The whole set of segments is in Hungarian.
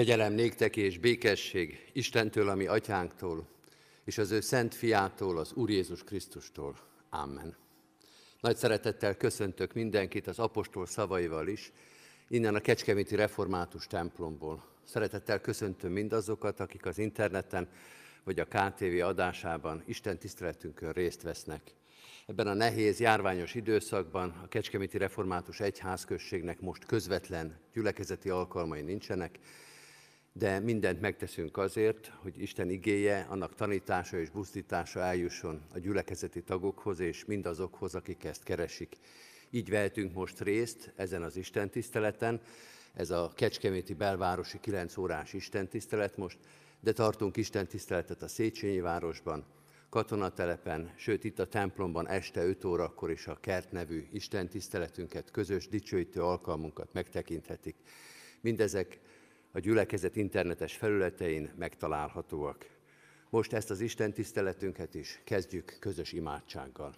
Kegyelem néktek és békesség Istentől, a mi atyánktól, és az ő szent fiától, az Úr Jézus Krisztustól. Amen. Nagy szeretettel köszöntök mindenkit az apostol szavaival is, innen a kecskeméti református templomból. Szeretettel köszöntöm mindazokat, akik az interneten vagy a KTV adásában Isten tiszteletünkön részt vesznek. Ebben a nehéz, járványos időszakban a Kecskeméti Református Egyházközségnek most közvetlen gyülekezeti alkalmai nincsenek, de mindent megteszünk azért, hogy Isten igéje, annak tanítása és buzdítása eljusson a gyülekezeti tagokhoz és mindazokhoz, akik ezt keresik. Így vehetünk most részt ezen az istentiszteleten, ez a kecskeméti belvárosi 9 órás istentisztelet most, de tartunk istentiszteletet a Széchenyi városban, Katonatelepen, sőt itt a templomban este 5 órakor is a Kert nevű istentiszteletünket, közös dicsőítő alkalmunkat megtekinthetik. Mindezek a gyülekezet internetes felületein megtalálhatóak. Most ezt az istentiszteletünket is kezdjük közös imádsággal.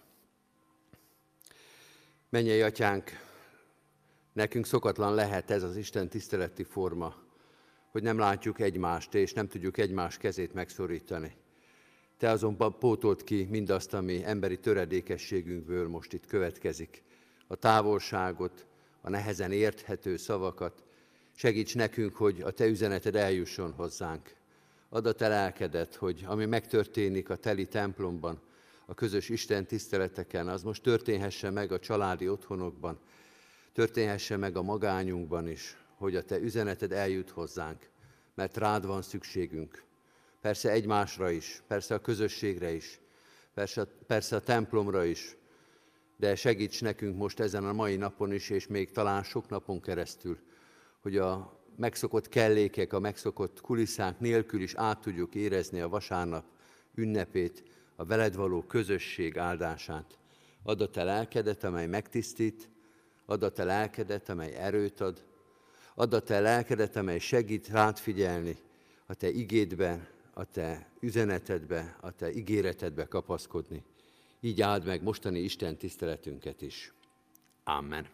Mennyei Atyánk, nekünk szokatlan lehet ez az istentiszteleti forma, hogy nem látjuk egymást, és nem tudjuk egymás kezét megszorítani. Te azonban pótolt ki mindazt, ami emberi töredékességünkből most itt következik. A távolságot, a nehezen érthető szavakat. Segíts nekünk, hogy a Te üzeneted eljusson hozzánk. Add a Te lelkedet, hogy ami megtörténik a teli templomban, a közös Isten tiszteleteken, az most történhesse meg a családi otthonokban, történhesse meg a magányunkban is, hogy a Te üzeneted eljut hozzánk, mert rád van szükségünk. Persze egymásra is, persze a közösségre is, persze a templomra is, de segíts nekünk most ezen a mai napon is, és még talán sok napon keresztül, hogy a megszokott kellékek, a megszokott kulisszák nélkül is át tudjuk érezni a vasárnap ünnepét, a veled való közösség áldását. Add a Te lelkedet, amely megtisztít, add a Te lelkedet, amely erőt ad, add a Te lelkedet, amely segít rád figyelni a Te igédbe, a Te üzenetedbe, a Te ígéretedbe kapaszkodni. Így áld meg mostani Isten tiszteletünket is. Amen.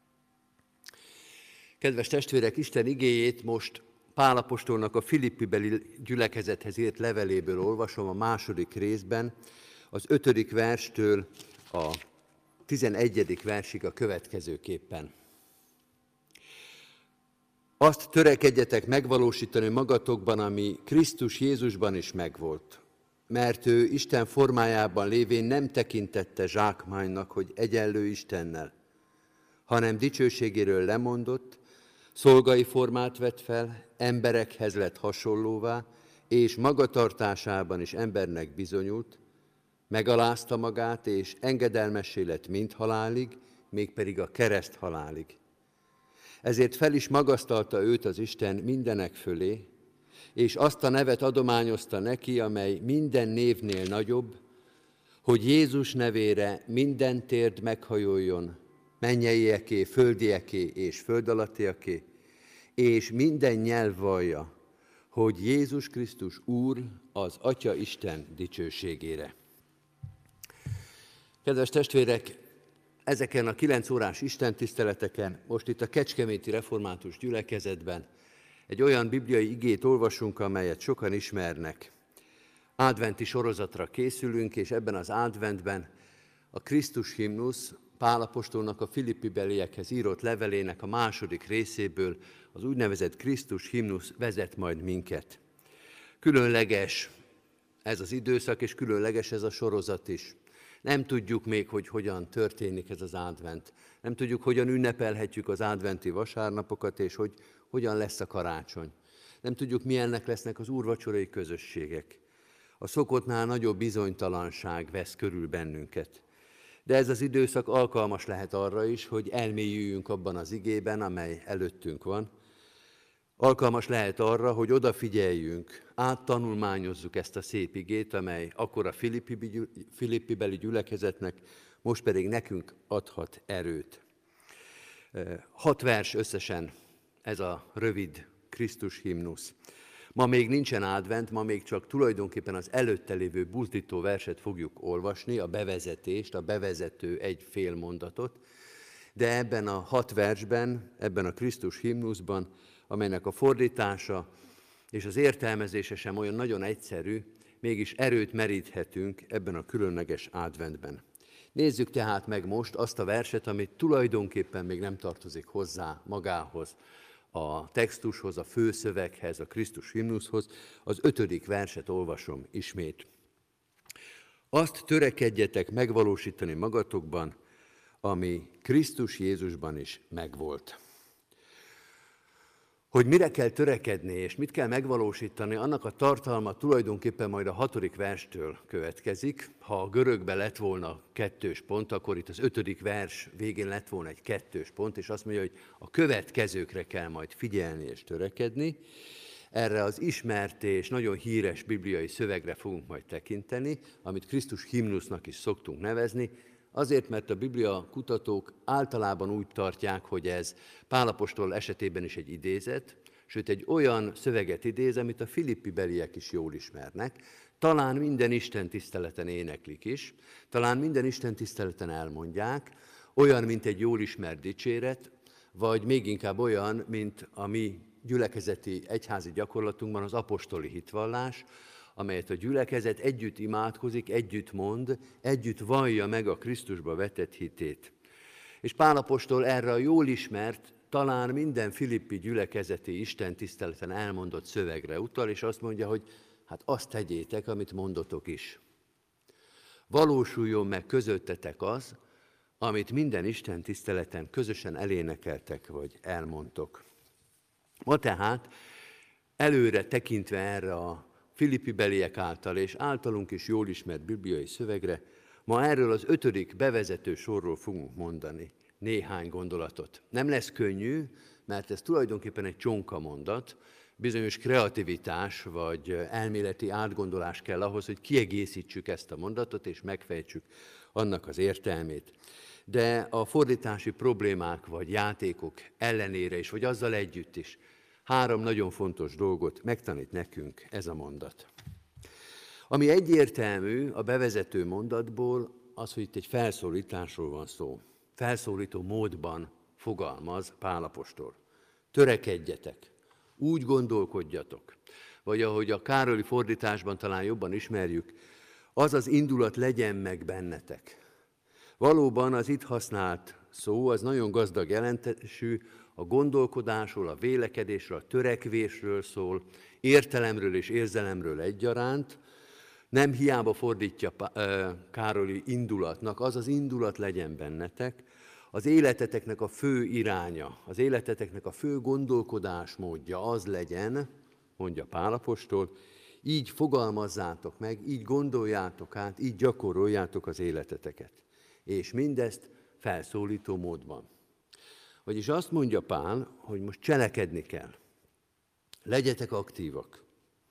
Kedves testvérek, Isten igéjét most Pál apostolnak a Filippibeli gyülekezethez írt leveléből olvasom a második részben, az 5. verstől a 11. versig a következőképpen. Azt törekedjetek megvalósítani magatokban, ami Krisztus Jézusban is megvolt. Mert ő Isten formájában lévén nem tekintette zsákmánynak, hogy egyenlő Istennel, hanem dicsőségéről lemondott, szolgai formát vett fel, emberekhez lett hasonlóvá, és magatartásában is embernek bizonyult, megalázta magát, és engedelmessé lett mindhalálig, mégpedig a kereszt halálig. Ezért fel is magasztalta őt az Isten mindenek fölé, és azt a nevet adományozta neki, amely minden névnél nagyobb, hogy Jézus nevére minden térd meghajoljon, mennyeieké, földieké és földalattiaké, és minden nyelv vallja, hogy Jézus Krisztus Úr az Atya Isten dicsőségére. Kedves testvérek, ezeken a 9 órás istentiszteleteken, most itt a Kecskeméti Református Gyülekezetben egy olyan bibliai igét olvasunk, amelyet sokan ismernek. Adventi sorozatra készülünk, és ebben az adventben a Krisztus himnusz, Pál apostolnak a Filippibeliekhez írott levelének a második részéből az úgynevezett Krisztus himnusz vezet majd minket. Különleges ez az időszak, és különleges ez a sorozat is. Nem tudjuk még, hogy hogyan történik ez az advent. Nem tudjuk, hogyan ünnepelhetjük az adventi vasárnapokat, és hogy hogyan lesz a karácsony. Nem tudjuk, milyennek lesznek az úrvacsorai közösségek. A szokottnál nagyobb bizonytalanság vesz körül bennünket. De ez az időszak alkalmas lehet arra is, hogy elmélyüljünk abban az igében, amely előttünk van. Alkalmas lehet arra, hogy odafigyeljünk, áttanulmányozzuk ezt a szép igét, amely akkor a Filippibeli gyülekezetnek, most pedig nekünk adhat erőt. 6 vers összesen ez a rövid Krisztus himnusz. Ma még nincsen advent, ma még csak tulajdonképpen az előtte lévő buzdító verset fogjuk olvasni, a bevezetést, a bevezető egy fél mondatot, de ebben a 6 versben, ebben a Krisztus himnuszban amelynek a fordítása és az értelmezése sem olyan nagyon egyszerű, mégis erőt meríthetünk ebben a különleges adventben. Nézzük tehát meg most azt a verset, amit tulajdonképpen még nem tartozik hozzá magához, a textushoz, a főszöveghez, a Krisztus himnuszhoz. Az 5. verset olvasom ismét. Azt törekedjetek megvalósítani magatokban, ami Krisztus Jézusban is megvolt. Hogy mire kell törekedni, és mit kell megvalósítani, annak a tartalma tulajdonképpen majd a 6. verstől következik. Ha a görögben lett volna 2. pont, akkor itt az 5. vers végén lett volna egy 2. pont, és azt mondja, hogy a következőkre kell majd figyelni és törekedni. Erre az ismert és nagyon híres bibliai szövegre fogunk majd tekinteni, amit Krisztus himnusznak is szoktunk nevezni, azért, mert a Biblia kutatók általában úgy tartják, hogy ez Pál apostol esetében is egy idézet, sőt egy olyan szöveget idéz, amit a filippibeliek is jól ismernek, talán minden Isten tiszteleten éneklik is, talán minden Isten tiszteleten elmondják, olyan, mint egy jól ismert dicséret, vagy még inkább olyan, mint a mi gyülekezeti egyházi gyakorlatunkban az apostoli hitvallás, amelyet a gyülekezet együtt imádkozik, együtt mond, együtt vallja meg a Krisztusba vetett hitét. És Pál apostol erre a jól ismert, talán minden filippi gyülekezeti istentiszteleten elmondott szövegre utal, és azt mondja, hogy hát azt tegyétek, amit mondotok is. Valósuljon meg közöttetek az, amit minden istentiszteleten közösen elénekeltek, vagy elmondtok. Ma tehát előre tekintve erre a filippibeliek által és általunk is jól ismert bibliai szövegre, ma erről az 5. bevezető sorról fogunk mondani néhány gondolatot. Nem lesz könnyű, mert ez tulajdonképpen egy csonka mondat, bizonyos kreativitás vagy elméleti átgondolás kell ahhoz, hogy kiegészítsük ezt a mondatot és megfejtsük annak az értelmét. De a fordítási problémák vagy játékok ellenére is, vagy azzal együtt is 3 nagyon fontos dolgot megtanít nekünk ez a mondat. Ami egyértelmű a bevezető mondatból, az, hogy itt egy felszólításról van szó. Felszólító módban fogalmaz Pál apostol. Törekedjetek, úgy gondolkodjatok, vagy ahogy a Károli fordításban talán jobban ismerjük, az az indulat legyen meg bennetek. Valóban az itt használt szó, az nagyon gazdag jelentésű, a gondolkodásról, a vélekedésről, a törekvésről szól, értelemről és érzelemről egyaránt. Nem hiába fordítja Károli indulatnak, az az indulat legyen bennetek, az életeteknek a fő iránya, az életeteknek a fő gondolkodásmódja az legyen, mondja Pál apostol, így fogalmazzátok meg, így gondoljátok át, így gyakoroljátok az életeteket. És mindezt felszólító módban. Vagyis azt mondja Pál, hogy most cselekedni kell. Legyetek aktívak.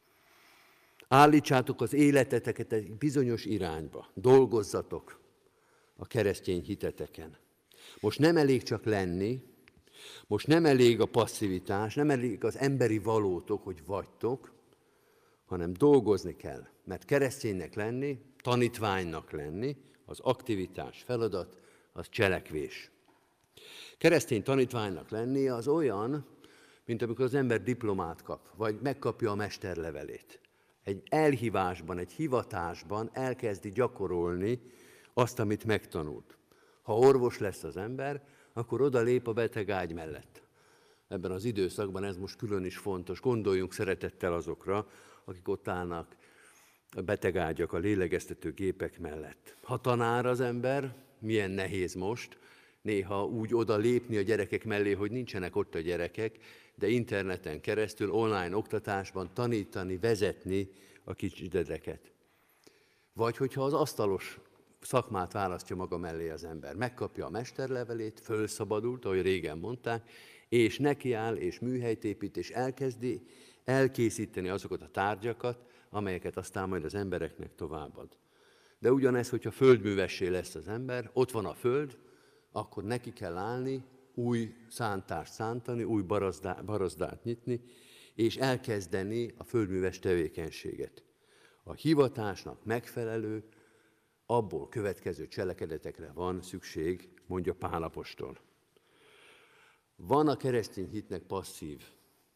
Állítsátok az életeteket egy bizonyos irányba. Dolgozzatok a keresztény hiteteken. Most nem elég csak lenni, most nem elég a passzivitás, nem elég az emberi valótok, hogy vagytok, hanem dolgozni kell. Mert kereszténynek lenni, tanítványnak lenni, az aktivitás, feladat, az cselekvés. Keresztény tanítványnak lenni az olyan, mint amikor az ember diplomát kap, vagy megkapja a mesterlevelét. Egy elhívásban, egy hivatásban elkezdi gyakorolni azt, amit megtanult. Ha orvos lesz az ember, akkor oda lép a beteg ágy mellett. Ebben az időszakban ez most külön is fontos. Gondoljunk szeretettel azokra, akik ott állnak a betegágyak, a lélegeztető gépek mellett. Ha tanár az ember, milyen nehéz most, néha úgy oda lépni a gyerekek mellé, hogy nincsenek ott a gyerekek, de interneten keresztül, online oktatásban tanítani, vezetni a kicsidedeket. Vagy hogyha az asztalos szakmát választja maga mellé az ember, megkapja a mesterlevelét, fölszabadult, ahogy régen mondták, és nekiáll, és műhelyt épít, és elkezdi elkészíteni azokat a tárgyakat, amelyeket aztán majd az embereknek továbbad. De ugyanez, hogyha földművessé lesz az ember, ott van a föld, akkor neki kell állni, új szántást szántani, új barazdát nyitni, és elkezdeni a földműves tevékenységet. A hivatásnak megfelelő, abból következő cselekedetekre van szükség, mondja Pál apostol. Van a keresztény hitnek passzív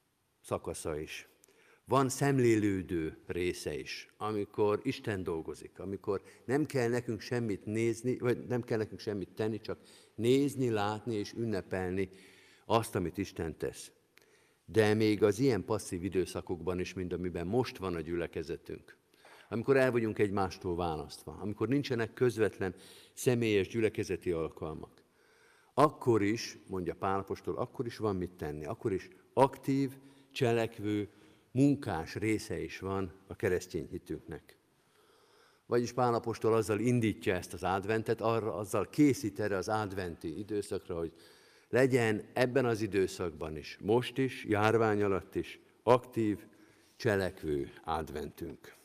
szakasza is. Van szemlélődő része is, amikor Isten dolgozik, amikor nem kell nekünk semmit nézni, vagy nem kell nekünk semmit tenni, csak nézni, látni és ünnepelni azt, amit Isten tesz. De még az ilyen passzív időszakokban is, mint amiben most van a gyülekezetünk, amikor el vagyunk egymástól választva, amikor nincsenek közvetlen személyes gyülekezeti alkalmak, akkor is, mondja Pál apostol, akkor is van mit tenni, akkor is aktív, cselekvő, munkás része is van a keresztény hitünknek. Vagyis Pál apostol azzal indítja ezt az adventet, azzal készít erre az adventi időszakra, hogy legyen ebben az időszakban is, most is, járvány alatt is, aktív, cselekvő adventünk.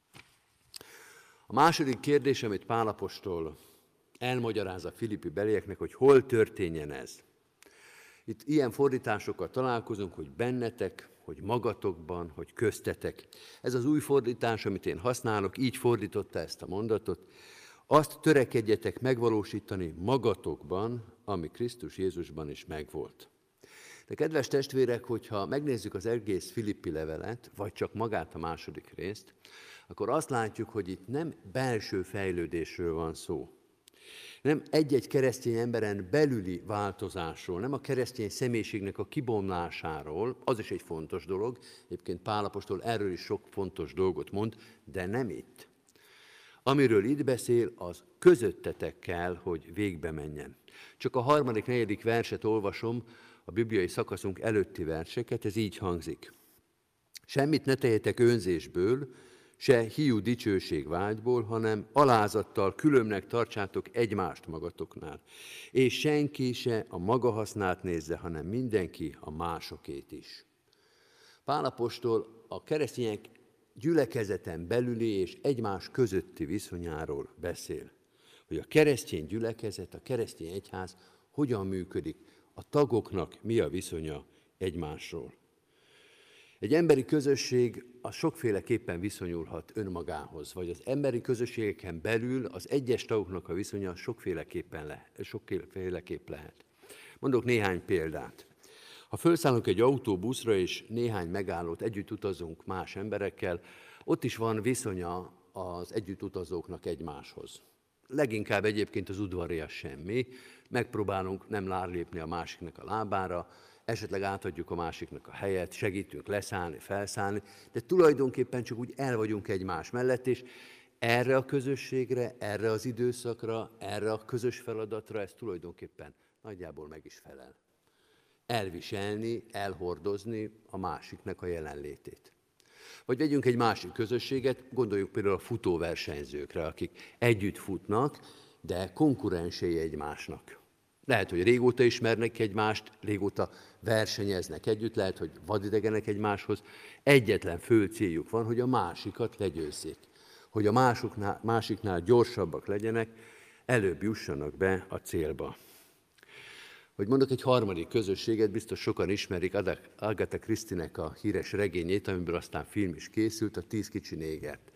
A második kérdés, amit Pál apostol elmagyaráz a filippi belieknek, hogy hol történjen ez. Itt ilyen fordításokkal találkozunk, hogy bennetek, hogy magatokban, hogy köztetek. Ez az új fordítás, amit én használok, így fordította ezt a mondatot. Azt törekedjetek megvalósítani magatokban, ami Krisztus Jézusban is megvolt. De kedves testvérek, hogyha megnézzük az egész filippi levelet, vagy csak magát a második részt, akkor azt látjuk, hogy itt nem belső fejlődésről van szó. Nem egy-egy keresztény emberen belüli változásról, nem a keresztény személyiségnek a kibomlásáról, az is egy fontos dolog, egyébként Pál apostol erről is sok fontos dolgot mond, de nem itt. Amiről itt beszél, az közöttetek kell, hogy végbe menjen. Csak a 3.-4. verset olvasom, a bibliai szakaszunk előtti verseket, ez így hangzik. Semmit ne tegyetek önzésből, se hiú dicsőségvágyból, hanem alázattal különbnek tartsátok egymást magatoknál. És senki se a maga hasznát nézze, hanem mindenki a másokét is. Pál apostol a keresztények gyülekezeten belüli és egymás közötti viszonyáról beszél. Hogy a keresztény gyülekezet, a keresztény egyház hogyan működik, a tagoknak mi a viszonya egymásról. Egy emberi közösség az sokféleképpen viszonyulhat önmagához, vagy az emberi közösségeken belül az egyes tagoknak a viszonya sokféleképp lehet. Mondok néhány példát. Ha felszállunk egy autóbuszra, és néhány megállót együtt utazunk más emberekkel, ott is van viszonya az együtt utazóknak egymáshoz. Leginkább egyébként az udvarias semmi, megpróbálunk nem lárlépni a másiknak a lábára, esetleg átadjuk a másiknak a helyet, segítünk leszállni, felszállni, de tulajdonképpen csak úgy el vagyunk egymás mellett, és erre a közösségre, erre az időszakra, erre a közös feladatra ez tulajdonképpen nagyjából meg is felel. Elviselni, elhordozni a másiknak a jelenlétét. Vagy vegyünk egy másik közösséget, gondoljuk például a futóversenyzőkre, akik együtt futnak, de konkurensei egymásnak. Lehet, hogy régóta ismernek egymást, régóta versenyeznek együtt, lehet, hogy vadidegenek egymáshoz. Egyetlen fő céljuk van, hogy a másikat legyőzzék. Hogy a másiknál gyorsabbak legyenek, előbb jussanak be a célba. Hogy mondok egy harmadik közösséget, biztos sokan ismerik Agatha Christie-nek a híres regényét, amiből aztán film is készült, a 10 kicsi négert.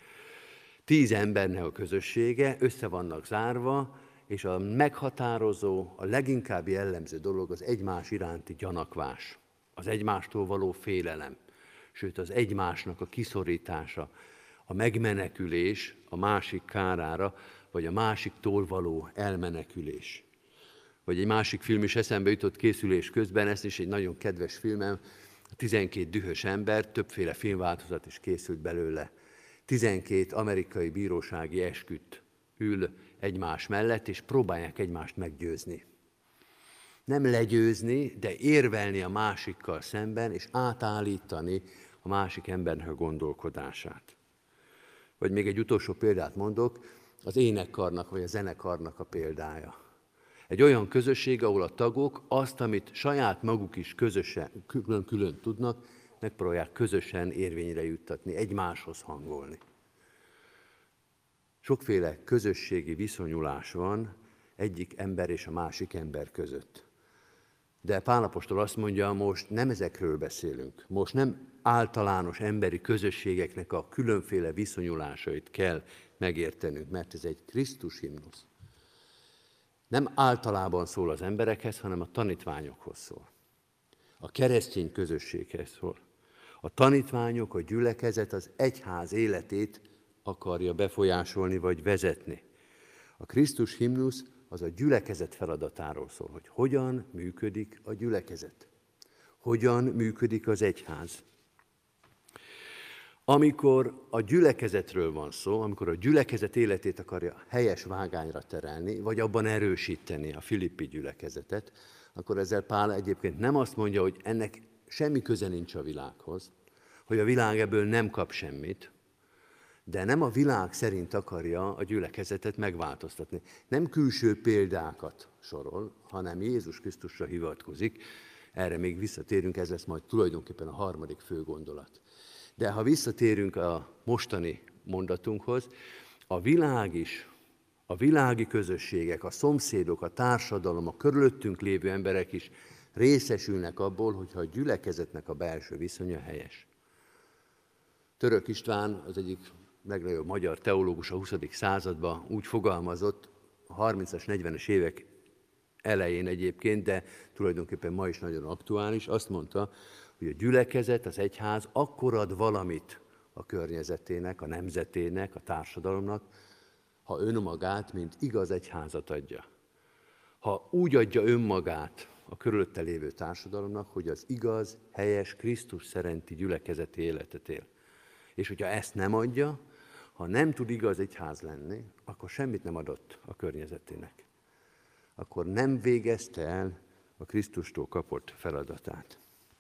10 embernek a közössége, össze vannak zárva, és a meghatározó, a leginkább jellemző dolog az egymás iránti gyanakvás, az egymástól való félelem, sőt az egymásnak a kiszorítása, a megmenekülés a másik kárára, vagy a másiktól való elmenekülés. Vagy egy másik film is eszembe jutott készülés közben, ez is egy nagyon kedves filmem, a 12 dühös ember, többféle filmváltozat is készült belőle. 12 amerikai bírósági esküdt ül egymás mellett, és próbálják egymást meggyőzni. Nem legyőzni, de érvelni a másikkal szemben, és átállítani a másik embernek a gondolkodását. Vagy még egy utolsó példát mondok, az énekkarnak vagy a zenekarnak a példája. Egy olyan közösség, ahol a tagok azt, amit saját maguk is közösen, külön tudnak, megpróbálják közösen érvényre juttatni, egymáshoz hangolni. Sokféle közösségi viszonyulás van egyik ember és a másik ember között. De Pál apostol azt mondja, most nem ezekről beszélünk. Most nem általános emberi közösségeknek a különféle viszonyulásait kell megértenünk, mert ez egy Krisztus himnusz. Nem általában szól az emberekhez, hanem a tanítványokhoz szól. A keresztény közösséghez szól. A tanítványok, a gyülekezet az egyház életét akarja befolyásolni vagy vezetni. A Krisztus himnusz az a gyülekezet feladatáról szól, hogy hogyan működik a gyülekezet. Hogyan működik az egyház. Amikor a gyülekezetről van szó, amikor a gyülekezet életét akarja helyes vágányra terelni, vagy abban erősíteni a filippi gyülekezetet, akkor ezzel Pál egyébként nem azt mondja, hogy ennek semmi köze nincs a világhoz, hogy a világ ebből nem kap semmit, de nem a világ szerint akarja a gyülekezetet megváltoztatni. Nem külső példákat sorol, hanem Jézus Krisztusra hivatkozik. Erre még visszatérünk, ez lesz majd tulajdonképpen a harmadik fő gondolat. De ha visszatérünk a mostani mondatunkhoz, a világ is, a világi közösségek, a szomszédok, a társadalom, a körülöttünk lévő emberek is részesülnek abból, hogyha a gyülekezetnek a belső viszonya helyes. Török István, az egyik legnagyobb magyar teológus a 20. században úgy fogalmazott, a 30-as, 40-es évek elején egyébként, de tulajdonképpen ma is nagyon aktuális, azt mondta, hogy a gyülekezet, az egyház akkor ad valamit a környezetének, a nemzetének, a társadalomnak, ha önmagát, mint igaz egyházat adja. Ha úgy adja önmagát a körülötte lévő társadalomnak, hogy az igaz, helyes, Krisztus szerinti gyülekezeti életet él. És hogyha ezt nem adja, ha nem tud igaz egyház lenni, akkor semmit nem adott a környezetének. Akkor nem végezte el a Krisztustól kapott feladatát.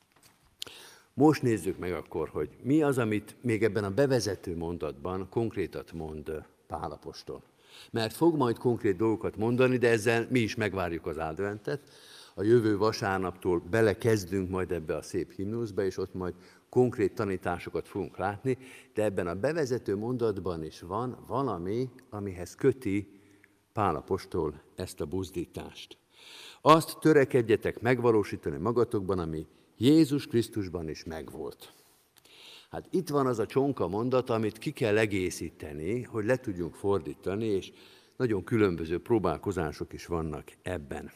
Most nézzük meg akkor, hogy mi az, amit még ebben a bevezető mondatban konkrétat mond Pál apostol. Mert fog majd konkrét dolgokat mondani, de ezzel mi is megvárjuk az adventet. A jövő vasárnaptól belekezdünk majd ebbe a szép himnuszba, és ott majd konkrét tanításokat fogunk látni, de ebben a bevezető mondatban is van valami, amihez köti Pál apostol ezt a buzdítást. Azt törekedjetek megvalósítani magatokban, ami Jézus Krisztusban is megvolt. Hát itt van az a csonka mondat, amit ki kell egészíteni, hogy le tudjunk fordítani, és nagyon különböző próbálkozások is vannak ebben.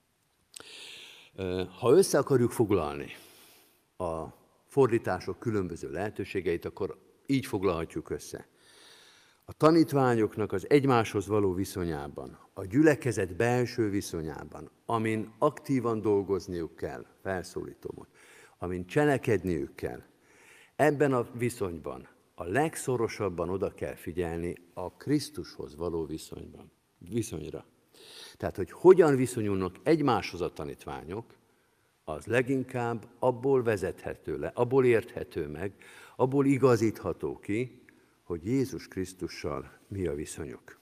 Ha össze akarjuk foglalni a fordítások különböző lehetőségeit, akkor így foglalhatjuk össze. A tanítványoknak az egymáshoz való viszonyában, a gyülekezet belső viszonyában, amin aktívan dolgozniuk kell, felszólítom, amin cselekedniük kell, ebben a viszonyban a legszorosabban oda kell figyelni a Krisztushoz való viszonyra. Tehát, hogy hogyan viszonyulnak egymáshoz a tanítványok, az leginkább abból vezethető le, abból érthető meg, abból igazítható ki, hogy Jézus Krisztussal mi a viszonyuk.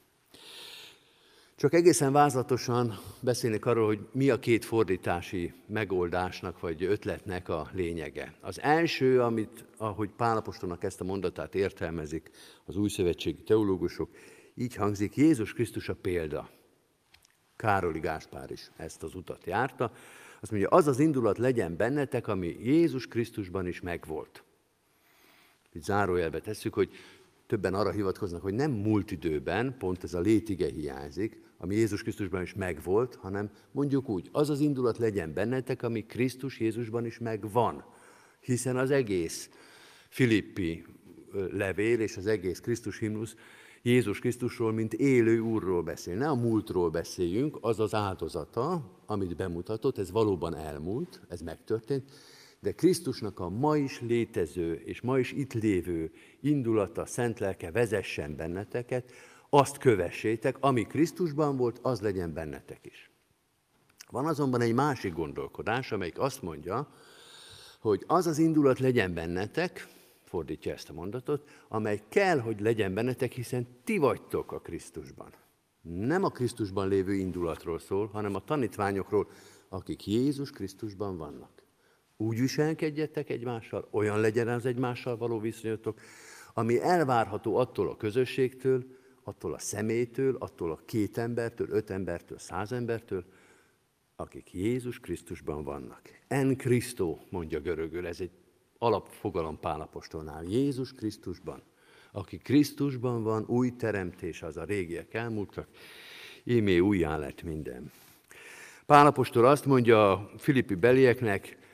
Csak egészen vázlatosan beszélnék arról, hogy mi a két fordítási megoldásnak vagy ötletnek a lényege. Az első, ahogy Pál apostolnak ezt a mondatát értelmezik az újszövetségi teológusok, így hangzik: Jézus Krisztus a példa. Károli Gáspár is ezt az utat járta. Azt mondja, az az indulat legyen bennetek, ami Jézus Krisztusban is megvolt. Itt zárójelbe tesszük, hogy többen arra hivatkoznak, hogy nem múlt időben, pont ez a létige hiányzik, ami Jézus Krisztusban is megvolt, hanem mondjuk úgy, az az indulat legyen bennetek, ami Krisztus Jézusban is megvan. Hiszen az egész filippi levél és az egész Krisztus himnusz Jézus Krisztusról, mint élő Úrról beszél. Ne a múltról beszéljünk, az az áldozata, amit bemutatott, ez valóban elmúlt, ez megtörtént, de Krisztusnak a ma is létező és ma is itt lévő indulata, szent lelke vezessen benneteket, azt kövessétek, ami Krisztusban volt, az legyen bennetek is. Van azonban egy másik gondolkodás, amelyik azt mondja, hogy az az indulat legyen bennetek, fordítja ezt a mondatot, amely kell, hogy legyen bennetek, hiszen ti vagytok a Krisztusban. Nem a Krisztusban lévő indulatról szól, hanem a tanítványokról, akik Jézus Krisztusban vannak. Úgy viselkedjetek egymással, olyan legyen az egymással való viszonyotok, ami elvárható attól a közösségtől, attól a személytől, attól a 2 embertől, 5 embertől, 100 embertől, akik Jézus Krisztusban vannak. En Christo, mondja görögül, ez egy alapfogalom Pál apostolnál. Jézus Krisztusban. Aki Krisztusban van, új teremtés, az a régiek elmúltak, ímé újjá lett minden. Pál apostol azt mondja a filippi belieknek,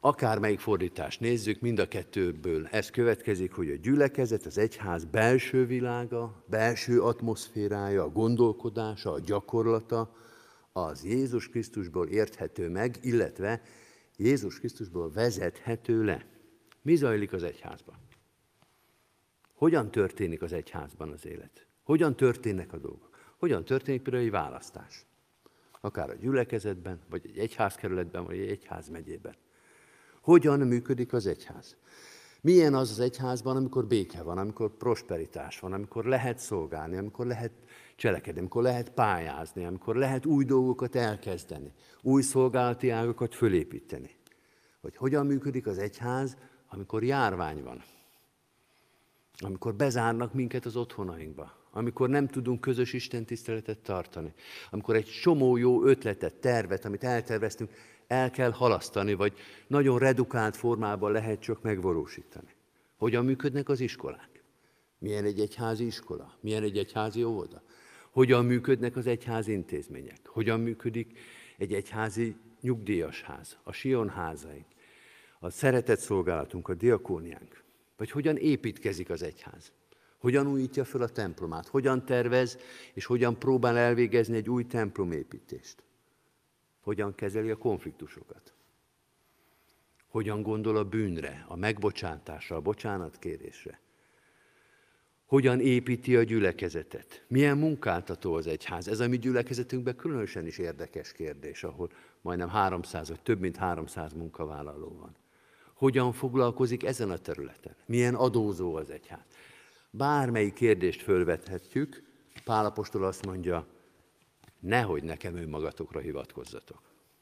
Akármelyik fordítást nézzük, mind a kettőből ez következik, hogy a gyülekezet, az egyház belső világa, belső atmoszférája, a gondolkodása, a gyakorlata, az Jézus Krisztusból érthető meg, illetve Jézus Krisztusból vezethető le. Mi zajlik az egyházban? Hogyan történik az egyházban az élet? Hogyan történnek a dolgok? Hogyan történik például egy választás? Akár a gyülekezetben, vagy egy egyházkerületben, vagy egy egyházmegyében. Hogyan működik az egyház? Milyen az egyházban, amikor béke van, amikor prosperitás van, amikor lehet szolgálni, amikor lehet cselekedni, amikor lehet pályázni, amikor lehet új dolgokat elkezdeni, új szolgálati ágakat fölépíteni. Hogy hogyan működik az egyház, amikor járvány van, amikor bezárnak minket az otthonainkba, amikor nem tudunk közös istentiszteletet tartani, amikor egy csomó jó ötletet, tervet, amit elterveztünk, el kell halasztani, vagy nagyon redukált formában lehet csak megvalósítani. Hogyan működnek az iskolák? Milyen egy egyházi iskola? Milyen egy egyházi óvoda? Hogyan működnek az egyházi intézmények? Hogyan működik egy egyházi nyugdíjasház, a sionházaink, a szeretetszolgálatunk, a diakóniánk? Vagy hogyan építkezik az egyház? Hogyan újítja föl a templomát? Hogyan tervez és hogyan próbál elvégezni egy új templomépítést? Hogyan kezeli a konfliktusokat? Hogyan gondol a bűnre, a megbocsátásra, a bocsánatkérésre? Hogyan építi a gyülekezetet? Milyen munkáltató az egyház? Ez a mi gyülekezetünkben különösen is érdekes kérdés, ahol majdnem 300 vagy több mint 300 munkavállaló van. Hogyan foglalkozik ezen a területen? Milyen adózó az egyház? Bármelyik kérdést fölvethetjük, Pál apostol azt mondja, nehogy nekem önmagatokra hivatkozzatok.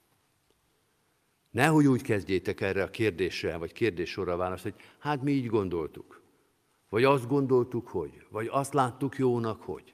Nehogy úgy kezdjétek erre a kérdésre, vagy kérdéssorra választ, hogy hát mi így gondoltuk. Vagy azt gondoltuk, hogy. Vagy azt láttuk jónak, hogy.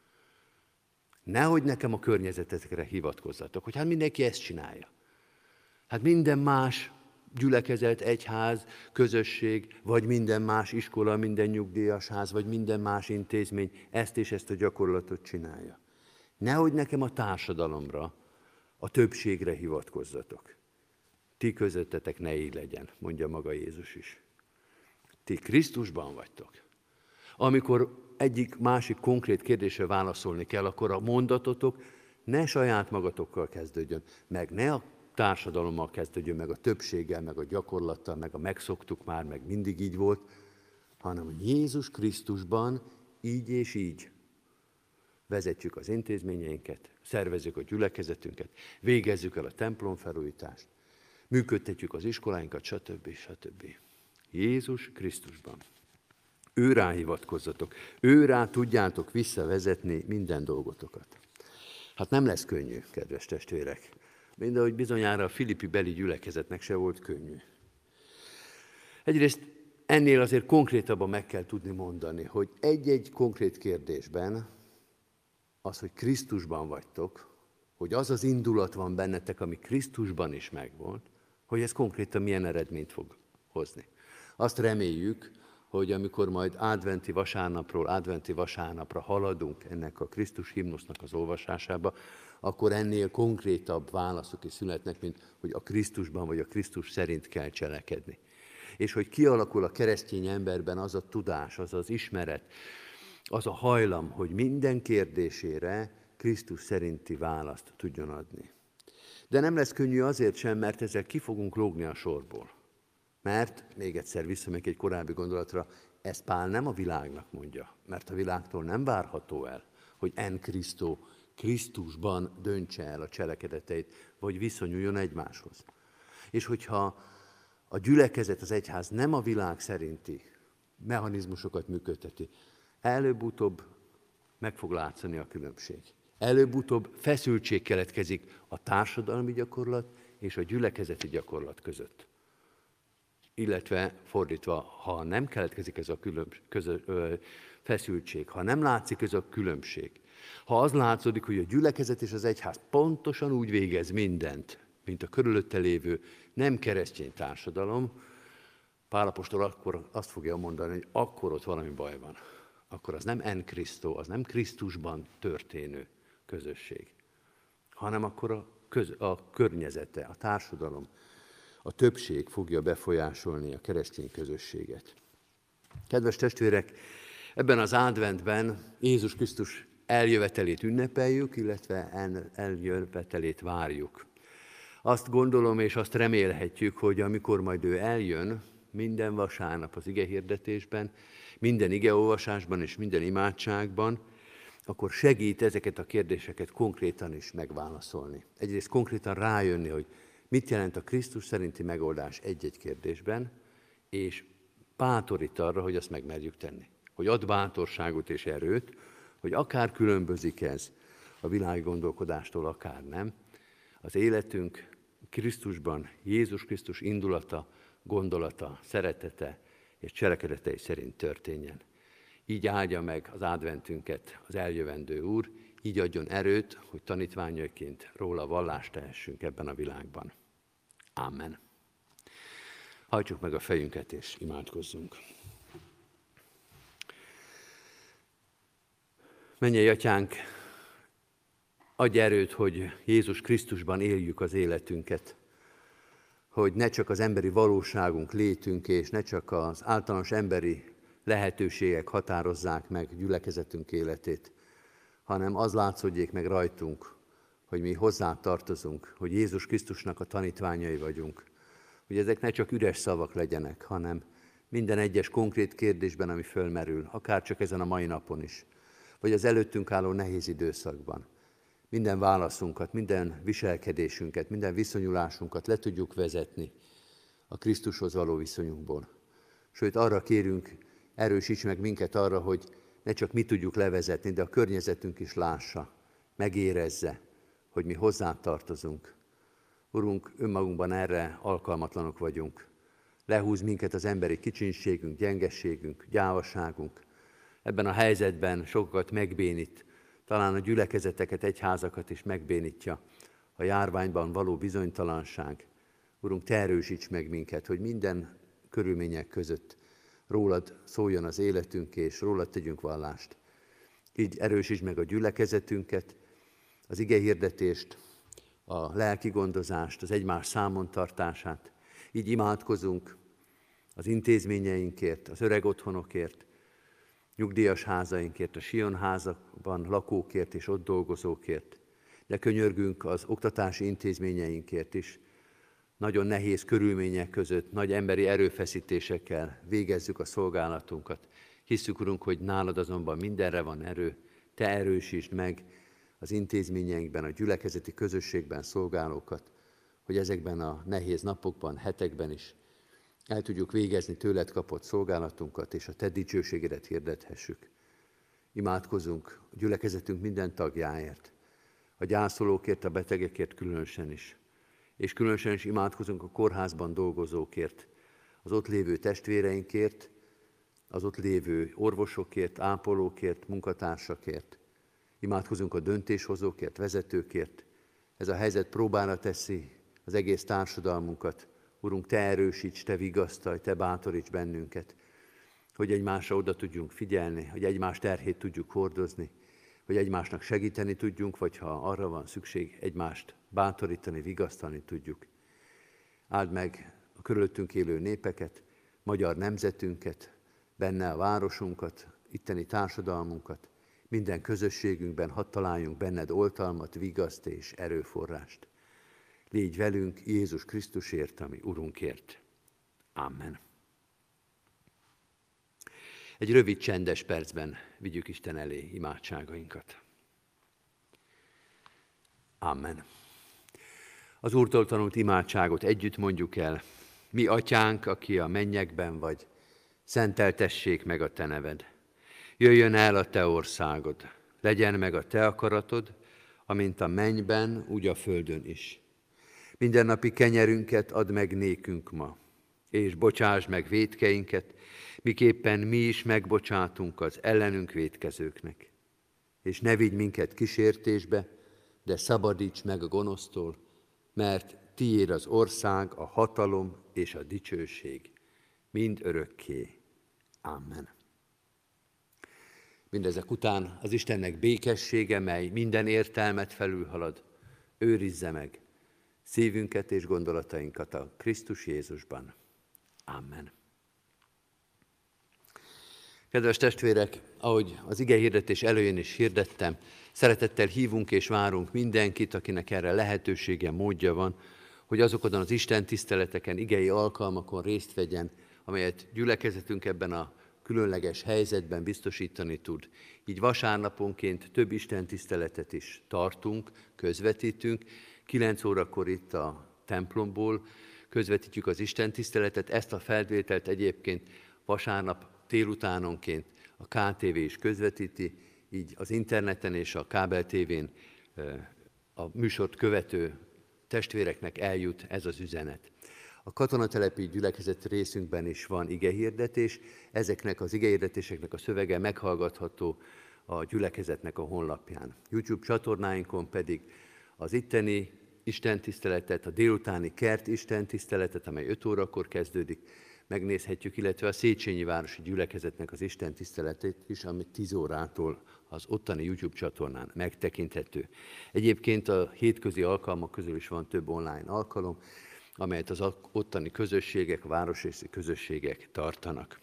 Nehogy nekem a környezetetekre hivatkozzatok, hogy hát mindenki ezt csinálja. Hát minden más gyülekezet, egyház, közösség, vagy minden más iskola, minden nyugdíjasház, vagy minden más intézmény ezt és ezt a gyakorlatot csinálja. Nehogy nekem a társadalomra, a többségre hivatkozzatok. Ti közöttetek ne így legyen, mondja maga Jézus is. Ti Krisztusban vagytok. Amikor egyik másik konkrét kérdésre válaszolni kell, akkor a mondatotok ne saját magatokkal kezdődjön, meg ne a társadalommal kezdődjön, meg a többséggel, meg a gyakorlattal, meg a megszoktuk már, meg mindig így volt, hanem Jézus Krisztusban így és így vezetjük az intézményeinket, szervezzük a gyülekezetünket, végezzük el a templomfelújítást, működtetjük az iskoláinkat, stb. Stb. Jézus Krisztusban. Ő rá hivatkozzatok, ő rá tudjátok visszavezetni minden dolgotokat. Hát nem lesz könnyű, kedves testvérek. Mindahogy bizonyára a filippi beli gyülekezetnek se volt könnyű. Egyrészt ennél azért konkrétabban meg kell tudni mondani, hogy egy-egy konkrét kérdésben az, hogy Krisztusban vagytok, hogy az az indulat van bennetek, ami Krisztusban is megvolt, hogy ez konkrétan milyen eredményt fog hozni. Azt reméljük, hogy amikor majd adventi vasárnapról adventi vasárnapra haladunk ennek a Krisztus himnusznak az olvasásába, akkor ennél konkrétabb válaszok is születnek, mint hogy a Krisztusban vagy a Krisztus szerint kell cselekedni. És hogy kialakul a keresztény emberben az a tudás, az az ismeret, az a hajlam, hogy minden kérdésére Krisztus szerinti választ tudjon adni. De nem lesz könnyű azért sem, mert ezzel ki fogunk lógni a sorból. Mert, még egyszer visszamegyek egy korábbi gondolatra, ezt Pál nem a világnak mondja, mert a világtól nem várható el, hogy en Christo Krisztusban döntse el a cselekedeteit, vagy viszonyuljon egymáshoz. És hogyha a gyülekezet, az egyház nem a világ szerinti mechanizmusokat működteti, előbb-utóbb meg fog látszani a különbség. Előbb-utóbb feszültség keletkezik a társadalmi gyakorlat és a gyülekezeti gyakorlat között. Illetve fordítva, ha nem keletkezik ez a feszültség, ha nem látszik ez a különbség, ha az látszódik, hogy a gyülekezet és az egyház pontosan úgy végez mindent, mint a körülötte lévő nem keresztény társadalom, Pál apostol akkor azt fogja mondani, hogy akkor ott valami baj van. Akkor az nem en Christo, az nem Krisztusban történő közösség, hanem akkor a környezete, a társadalom, a többség fogja befolyásolni a keresztény közösséget. Kedves testvérek, ebben az adventben Jézus Krisztus eljövetelét ünnepeljük, illetve eljövetelét várjuk. Azt gondolom és azt remélhetjük, hogy amikor majd ő eljön, minden vasárnap az igehirdetésben, minden igeolvasásban és minden imádságban, akkor segít ezeket a kérdéseket konkrétan is megválaszolni. Egyrészt konkrétan rájönni, hogy mit jelent a Krisztus szerinti megoldás egy-egy kérdésben, és bátorít arra, hogy azt megmerjük tenni. Hogy ad bátorságot és erőt, hogy akár különbözik ez a világi gondolkodástól, akár nem, az életünk Krisztusban, Jézus Krisztus indulata, gondolata, szeretete és cselekedetei szerint történjen. Így áldja meg az adventünket az eljövendő Úr, így adjon erőt, hogy tanítványaiként róla vallást tehessünk ebben a világban. Amen. Hajtsuk meg a fejünket és imádkozzunk. Mennyei Atyánk, adj erőt, hogy Jézus Krisztusban éljük az életünket, hogy ne csak az emberi valóságunk, létünk, és ne csak az általános emberi lehetőségek határozzák meg gyülekezetünk életét, hanem az látszódjék meg rajtunk, hogy mi hozzá tartozunk, hogy Jézus Krisztusnak a tanítványai vagyunk, hogy ezek ne csak üres szavak legyenek, hanem minden egyes konkrét kérdésben, ami fölmerül, akár csak ezen a mai napon is, vagy az előttünk álló nehéz időszakban. Minden válaszunkat, minden viselkedésünket, minden viszonyulásunkat le tudjuk vezetni a Krisztushoz való viszonyunkból. Sőt, arra kérünk, erősíts meg minket arra, hogy ne csak mi tudjuk levezetni, de a környezetünk is lássa, megérezze, hogy mi hozzá tartozunk. Urunk, önmagunkban erre alkalmatlanok vagyunk. Lehúz minket az emberi kicsinségünk, gyengességünk, gyávaságunk. Ebben a helyzetben sokakat megbénít, talán a gyülekezeteket, egyházakat is megbénítja a járványban való bizonytalanság. Urunk, Te erősíts meg minket, hogy minden körülmények között rólad szóljon az életünk, és rólad tegyünk vallást. Így erősítsd meg a gyülekezetünket, az igehirdetést, a lelki gondozást, az egymás számon tartását. Így imádkozunk az intézményeinkért, az öreg otthonokért, nyugdíjas házainkért, a Sion házakban lakókért és ott dolgozókért. De könyörgünk az oktatási intézményeinkért is. Nagyon nehéz körülmények között, nagy emberi erőfeszítésekkel végezzük a szolgálatunkat. Hisszük, Urunk, hogy nálad azonban mindenre van erő. Te erősítsd meg az intézményeinkben, a gyülekezeti közösségben szolgálókat, hogy ezekben a nehéz napokban, hetekben is el tudjuk végezni tőled kapott szolgálatunkat, és a te dicsőségedet hirdethessük. Imádkozunk a gyülekezetünk minden tagjáért, a gyászolókért, a betegekért különösen is. És különösen is imádkozunk a kórházban dolgozókért, az ott lévő testvéreinkért, az ott lévő orvosokért, ápolókért, munkatársakért. Imádkozunk a döntéshozókért, vezetőkért. Ez a helyzet próbára teszi az egész társadalmunkat. Urunk, Te erősíts, Te vigasztalj, Te bátoríts bennünket, hogy egymásra oda tudjunk figyelni, hogy egymás terhét tudjuk hordozni, hogy egymásnak segíteni tudjunk, vagy ha arra van szükség, egymást bátorítani, vigasztalni tudjuk. Áld meg a körülöttünk élő népeket, magyar nemzetünket, benne a városunkat, itteni társadalmunkat, minden közösségünkben hadd találjunk benned oltalmat, vigaszt és erőforrást. Légy velünk Jézus Krisztusért, ami Urunkért. Amen. Egy rövid csendes percben vigyük Isten elé imádságainkat. Amen. Az Úrtól tanult imádságot együtt mondjuk el. Mi atyánk, aki a mennyekben vagy, szenteltessék meg a te neved. Jöjjön el a te országod, legyen meg a te akaratod, amint a mennyben, úgy a földön is. Mindennapi kenyerünket add meg nékünk ma, és bocsásd meg vétkeinket, miképpen mi is megbocsátunk az ellenünk vétkezőknek. És ne vigy minket kísértésbe, de szabadíts meg a gonosztól, mert tiéd az ország, a hatalom és a dicsőség, mind örökké. Amen. Mindezek után az Istennek békessége, mely minden értelmet felülhalad, őrizze meg szívünket és gondolatainkat a Krisztus Jézusban. Amen. Kedves testvérek, ahogy az igehirdetés elején is hirdettem, szeretettel hívunk és várunk mindenkit, akinek erre lehetősége, módja van, hogy azokon az Isten tiszteleteken, igei alkalmakon részt vegyen, amelyet gyülekezetünk ebben a különleges helyzetben biztosítani tud. Így vasárnaponként több Isten tiszteletet is tartunk, közvetítünk. 9 órakor itt a templomból közvetítjük az Isten tiszteletet. Ezt a felvételt egyébként vasárnap délutánonként a KTV is közvetíti, így az interneten és a kábel tévén a műsort követő testvéreknek eljut ez az üzenet. A katonatelepi gyülekezet részünkben is van igehirdetés, ezeknek az igehirdetéseknek a szövege meghallgatható a gyülekezetnek a honlapján. YouTube csatornáinkon pedig az itteni istentiszteletet, a délutáni kert istentiszteletet, amely 5 órakor kezdődik, megnézhetjük, illetve a Széchenyi Városi Gyülekezetnek az istentiszteletét is, ami 10 órától az ottani YouTube csatornán megtekinthető. Egyébként a hétközi alkalmak közül is van több online alkalom, amelyet az ottani közösségek, városrészi közösségek tartanak.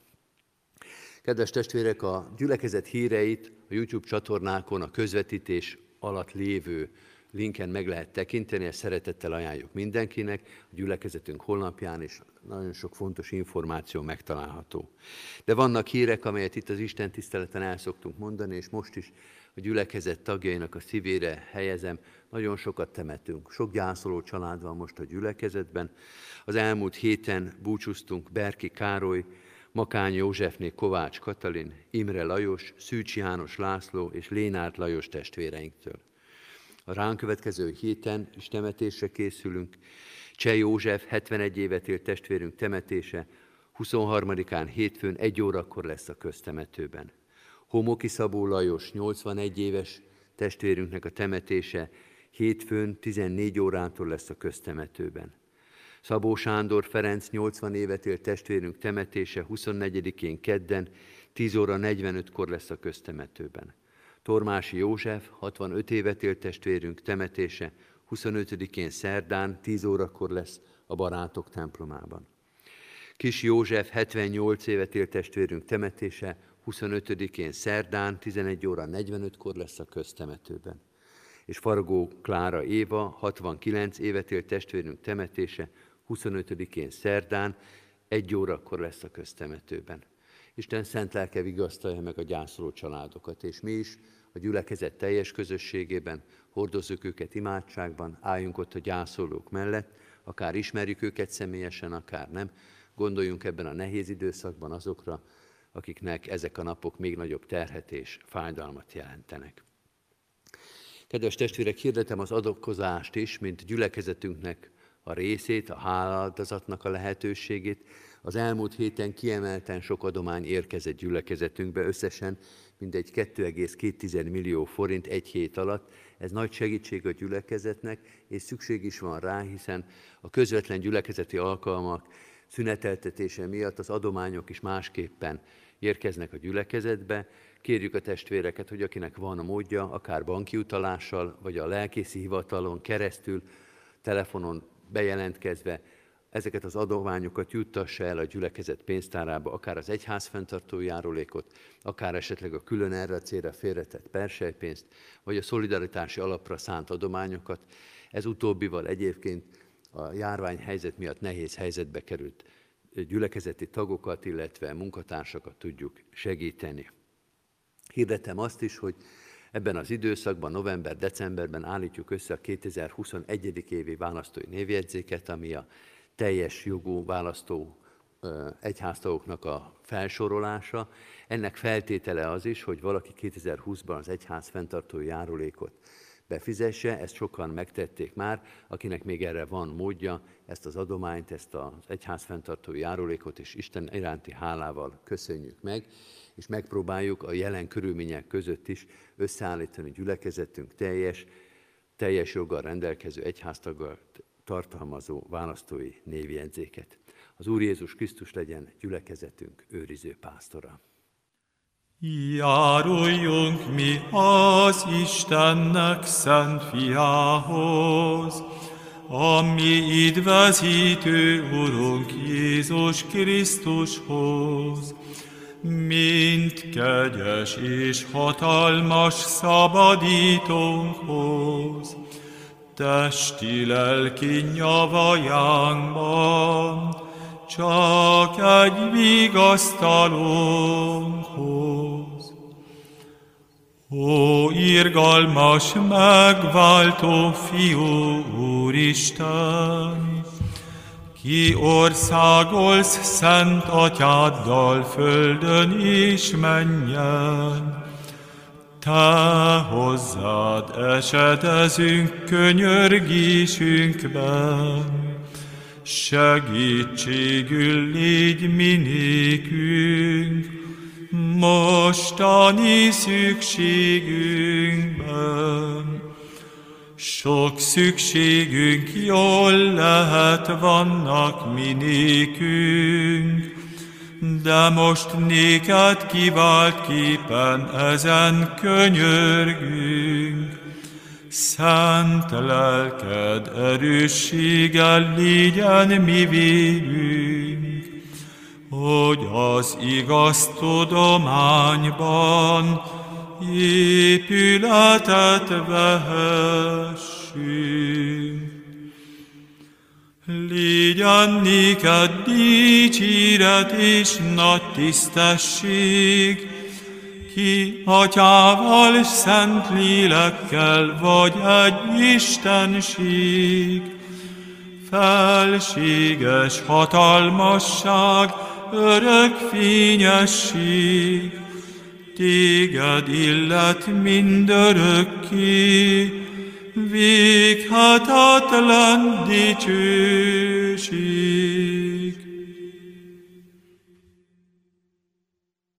Kedves testvérek, a gyülekezet híreit a YouTube csatornákon a közvetítés alatt lévő linken meg lehet tekinteni, ezt szeretettel ajánljuk mindenkinek, a gyülekezetünk honlapján is nagyon sok fontos információ megtalálható. De vannak hírek, amelyet itt az Isten tiszteleten el szoktunk mondani, és most is a gyülekezet tagjainak a szívére helyezem, nagyon sokat temetünk. Sok gyászoló család van most a gyülekezetben. Az elmúlt héten búcsúztunk Berki Károly, Makány Józsefné Kovács Katalin, Imre Lajos, Szűcs János László és Lénárt Lajos testvéreinktől. A ránk következő héten is temetésre készülünk. Cseh József 71 évet élt testvérünk temetése 23-án hétfőn 1 órakor lesz a köztemetőben. Homoki Szabó Lajos 81 éves testvérünknek a temetése hétfőn 14 órától lesz a köztemetőben. Szabó Sándor Ferenc 80 évet élt testvérünk temetése 24-én kedden 10 óra 45-kor lesz a köztemetőben. Tormási József 65 évet élt testvérünk temetése 25-én szerdán 10 órakor lesz a Barátok templomában. Kis József 78 évet élt testvérünk temetése 25-én szerdán 11 óra 45-kor lesz a köztemetőben. És Faragó Klára Éva 69 évet élt testvérünk temetése 25-én szerdán 1 órakor lesz a köztemetőben. Isten szent lelke vigasztalja meg a gyászoló családokat, és mi is a gyülekezet teljes közösségében hordozzuk őket imádságban, álljunk ott a gyászolók mellett, akár ismerjük őket személyesen, akár nem. Gondoljunk ebben a nehéz időszakban azokra, akiknek ezek a napok még nagyobb terhet és fájdalmat jelentenek. Kedves testvérek, hirdetem az adakozást is, mint gyülekezetünknek a részét, a hálaáldozatnak a lehetőségét. Az elmúlt héten kiemelten sok adomány érkezett gyülekezetünkbe, összesen mindegy 2,2 millió forint egy hét alatt. Ez nagy segítség a gyülekezetnek, és szükség is van rá, hiszen a közvetlen gyülekezeti alkalmak szüneteltetése miatt az adományok is másképpen érkeznek a gyülekezetbe. Kérjük a testvéreket, hogy akinek van a módja, akár banki utalással, vagy a lelkészi hivatalon keresztül, telefonon bejelentkezve, ezeket az adományokat juttassa el a gyülekezet pénztárába, akár az egyház fenntartó járulékot, akár esetleg a külön erre a célra félretett perselypénzt, vagy a szolidaritási alapra szánt adományokat. Ez utóbbival egyébként a járványhelyzet miatt nehéz helyzetbe került gyülekezeti tagokat, illetve munkatársakat tudjuk segíteni. Hirdetem azt is, hogy ebben az időszakban, november-decemberben állítjuk össze a 2021. évi választói névjegyzéket, ami a teljes jogú választó egyháztagoknak a felsorolása. Ennek feltétele az is, hogy valaki 2020-ban az egyház fenntartó járulékot befizesse, ezt sokan megtették már, akinek még erre van módja, ezt az adományt, ezt az egyház fenntartó járulékot és Isten iránti hálával köszönjük meg, és megpróbáljuk a jelen körülmények között is összeállítani gyülekezetünk teljes joggal rendelkező egyháztaggal tartalmazó választói névjegyzéket. Az Úr Jézus Krisztus legyen gyülekezetünk őriző pásztora. Járuljunk mi az Istennek szent fiához, a mi üdvözítő Urunk Jézus Krisztushoz, mint kegyes és hatalmas szabadítónkhoz, testi-lelki nyavajánkban, csak egy vigasztalónkhoz. Ó, irgalmas, megváltó Fiú, Úristen, ki országolsz Szent Atyáddal földön és mennyen, Te hozzád esedezünk könyörgésünkben, segítségül légy mi nékünk, mostani szükségünkben. Sok szükségünk jól lehet vannak mi nékünk, de most néked kiváltképpen ezen könyörgünk. Szent lelked erősséggel légyen mi végünk, hogy az igaz tudományban épületet vehessünk. Légyen néked dicséret és nagy tisztesség, ki Atyával és Szent Lélekkel vagy egy Istenség, felséges hatalmasság, örök fényesség, téged illet mindörökké, véghetetlen dicsőség.